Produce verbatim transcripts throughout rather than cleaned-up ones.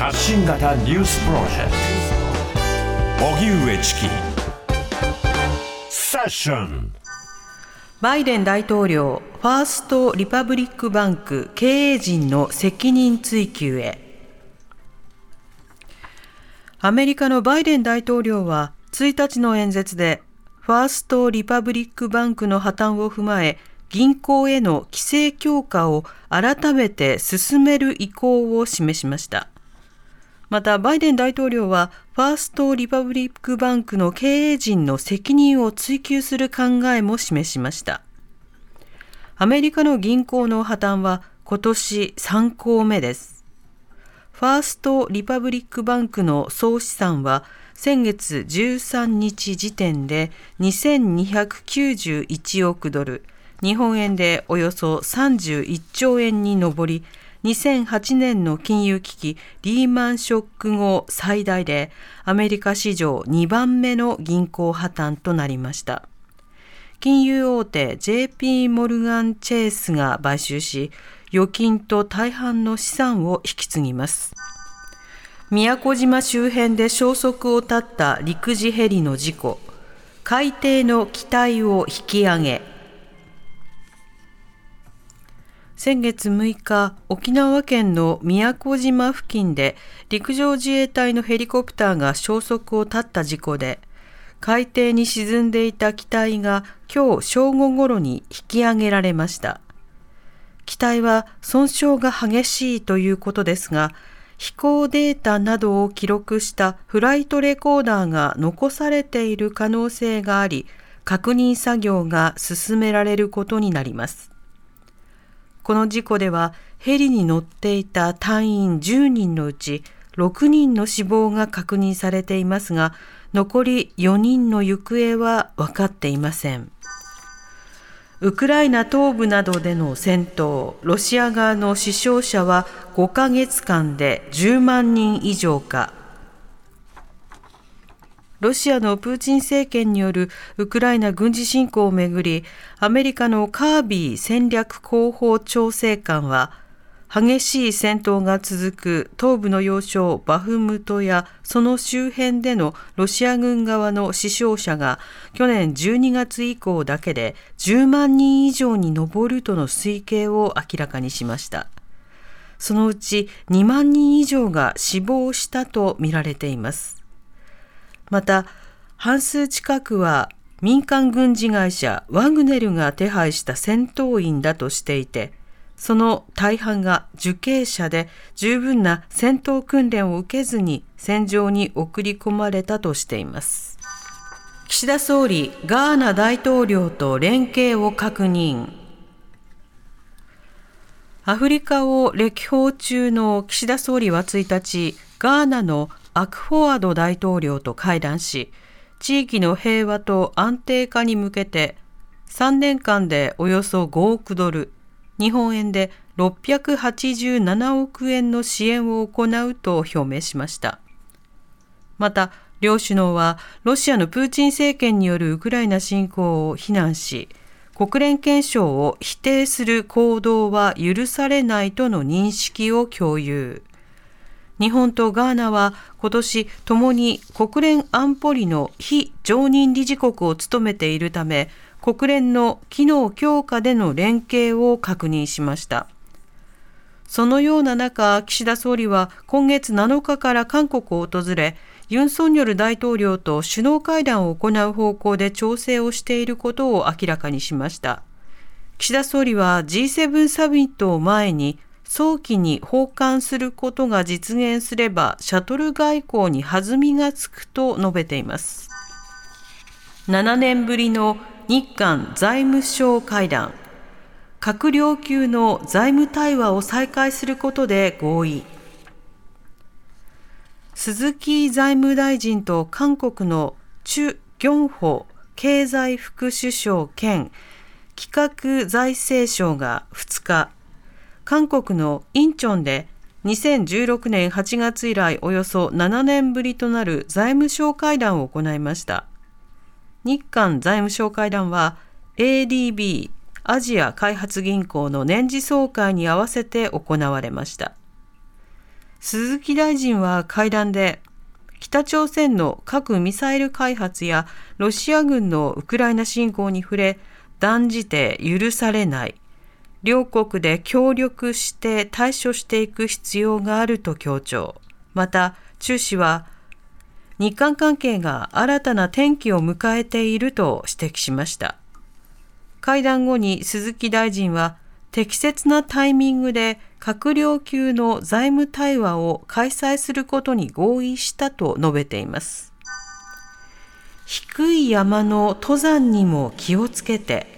発信型ニュースプロジェクト荻上チキセッション。 バイデン大統領、ファーストリパブリックバンク経営陣の責任追及へ。アメリカのバイデン大統領はついたちの演説で、ファーストリパブリックバンクの破綻を踏まえ、銀行への規制強化を改めて進める意向を示しました。また、バイデン大統領は、ファーストリパブリックバンクの経営陣の責任を追及する考えも示しました。アメリカの銀行の破綻は今年さんこうめです。ファーストリパブリックバンクの総資産は先月じゅうさんにち時点でにせんにひゃくきゅうじゅういちおくドル、日本円でおよそさんじゅういっちょうえんに上り、にせんはちねんの金融危機リーマンショック後最大で、アメリカ史上にばんめの銀行破綻となりました。金融大手 ジェーピー モルガン・チェースが買収し、預金と大半の資産を引き継ぎます。宮古島周辺で消息を絶った陸自ヘリの事故、海底の機体を引き上げ。先月むいか、沖縄県の宮古島付近で陸上自衛隊のヘリコプターが消息を絶った事故で、海底に沈んでいた機体が今日正午ごろに引き上げられました。機体は損傷が激しいということですが、飛行データなどを記録したフライトレコーダーが残されている可能性があり、確認作業が進められることになります。この事故では、ヘリに乗っていた隊員じゅうにんのうちろくにんの死亡が確認されていますが、残りよにんの行方は分かっていません。ウクライナ東部などでの戦闘、ロシア側の死傷者はごかげつかんでじゅうまんにん以上か。ロシアのプーチン政権によるウクライナ軍事侵攻をめぐり、アメリカのカービー戦略広報調整官は、激しい戦闘が続く東部の要衝バフムトやその周辺でのロシア軍側の死傷者が去年じゅうにがつ以降だけでじゅうまんにん以上に上るとの推計を明らかにしました。そのうちにまんにん以上が死亡したとみられています。また、半数近くは民間軍事会社ワグネルが手配した戦闘員だとしていて、その大半が受刑者で十分な戦闘訓練を受けずに戦場に送り込まれたとしています。岸田総理、ガーナ大統領と連携を確認。アフリカを歴訪中の岸田総理はついたち、ガーナのアクフォアド大統領と会談し、地域の平和と安定化に向けてさんねんかんでおよそごおくドル、日本円でろっぴゃくはちじゅうななおくえんの支援を行うと表明しました。また、両首脳はロシアのプーチン政権によるウクライナ侵攻を非難し、国連憲章を否定する行動は許されないとの認識を共有。日本とガーナは今年ともに国連安保理の非常任理事国を務めているため、国連の機能強化での連携を確認しました。そのような中、岸田総理は今月なのかから韓国を訪れ、ユン・ソンニョル大統領と首脳会談を行う方向で調整をしていることを明らかにしました。岸田総理は ジーセブン サミットを前に、早期に訪韓することが実現すれば、シャトル外交に弾みがつくと述べています。ななねんぶりの日韓財務相会談。閣僚級の財務対話を再開することで合意。鈴木財務大臣と韓国のチュ・ギョンホ経済副首相兼企画財政相がふつか、韓国のインチョンでにせんじゅうろくねんはちがつ以来およそななねんぶりとなる財務相会談を行いました。日韓財務相会談は エーディービー アジア開発銀行の年次総会に合わせて行われました。 鈴木大臣は会談で、北朝鮮の核・ミサイル開発やロシア軍のウクライナ侵攻に触れ、断じて許されない。両国で協力して対処していく必要があると強調。また、習氏は、日韓関係が新たな転機を迎えていると指摘しました。会談後に鈴木大臣は、適切なタイミングで閣僚級の財務対話を開催することに合意したと述べています。低い山の登山にも気をつけて。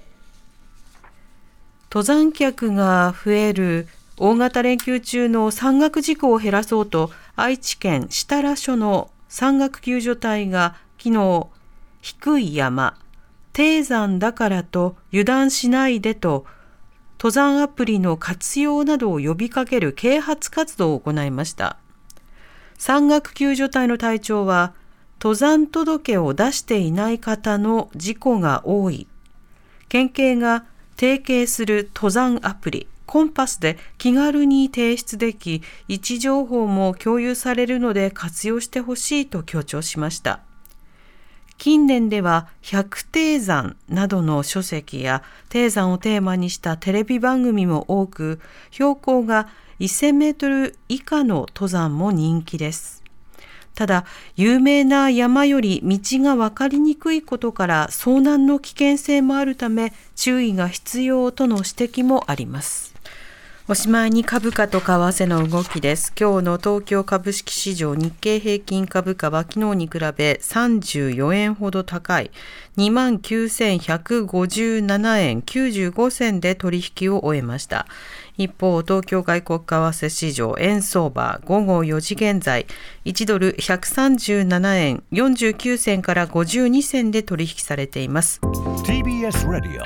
登山客が増える大型連休中の山岳事故を減らそうと、愛知県設楽署の山岳救助隊が昨日、低い山、低山だからと油断しないでと、登山アプリの活用などを呼びかける啓発活動を行いました。山岳救助隊の隊長は、登山届を出していない方の事故が多い。県警が提携する登山アプリ、コンパスで気軽に提出でき、位置情報も共有されるので活用してほしいと強調しました。近年では百低山などの書籍や低山をテーマにしたテレビ番組も多く、標高がせんメートル以下の登山も人気です。ただ、有名な山より道が分かりにくいことから遭難の危険性もあるため注意が必要との指摘もあります。おしまいに株価と為替の動きです。今日の東京株式市場日経平均株価は昨日に比べさんじゅうよえんほど高い にまんきゅうせんひゃくごじゅうななえんきゅうじゅうごせんで取引を終えました。一方、東京外国為替市場円相場午後よじ現在いちドルひゃくさんじゅうななえんよんじゅうきゅうせんからごじゅうにせんで取引されています。 ティービーエス Radio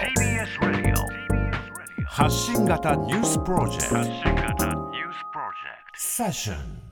発信型ニュースプロジェクトセッション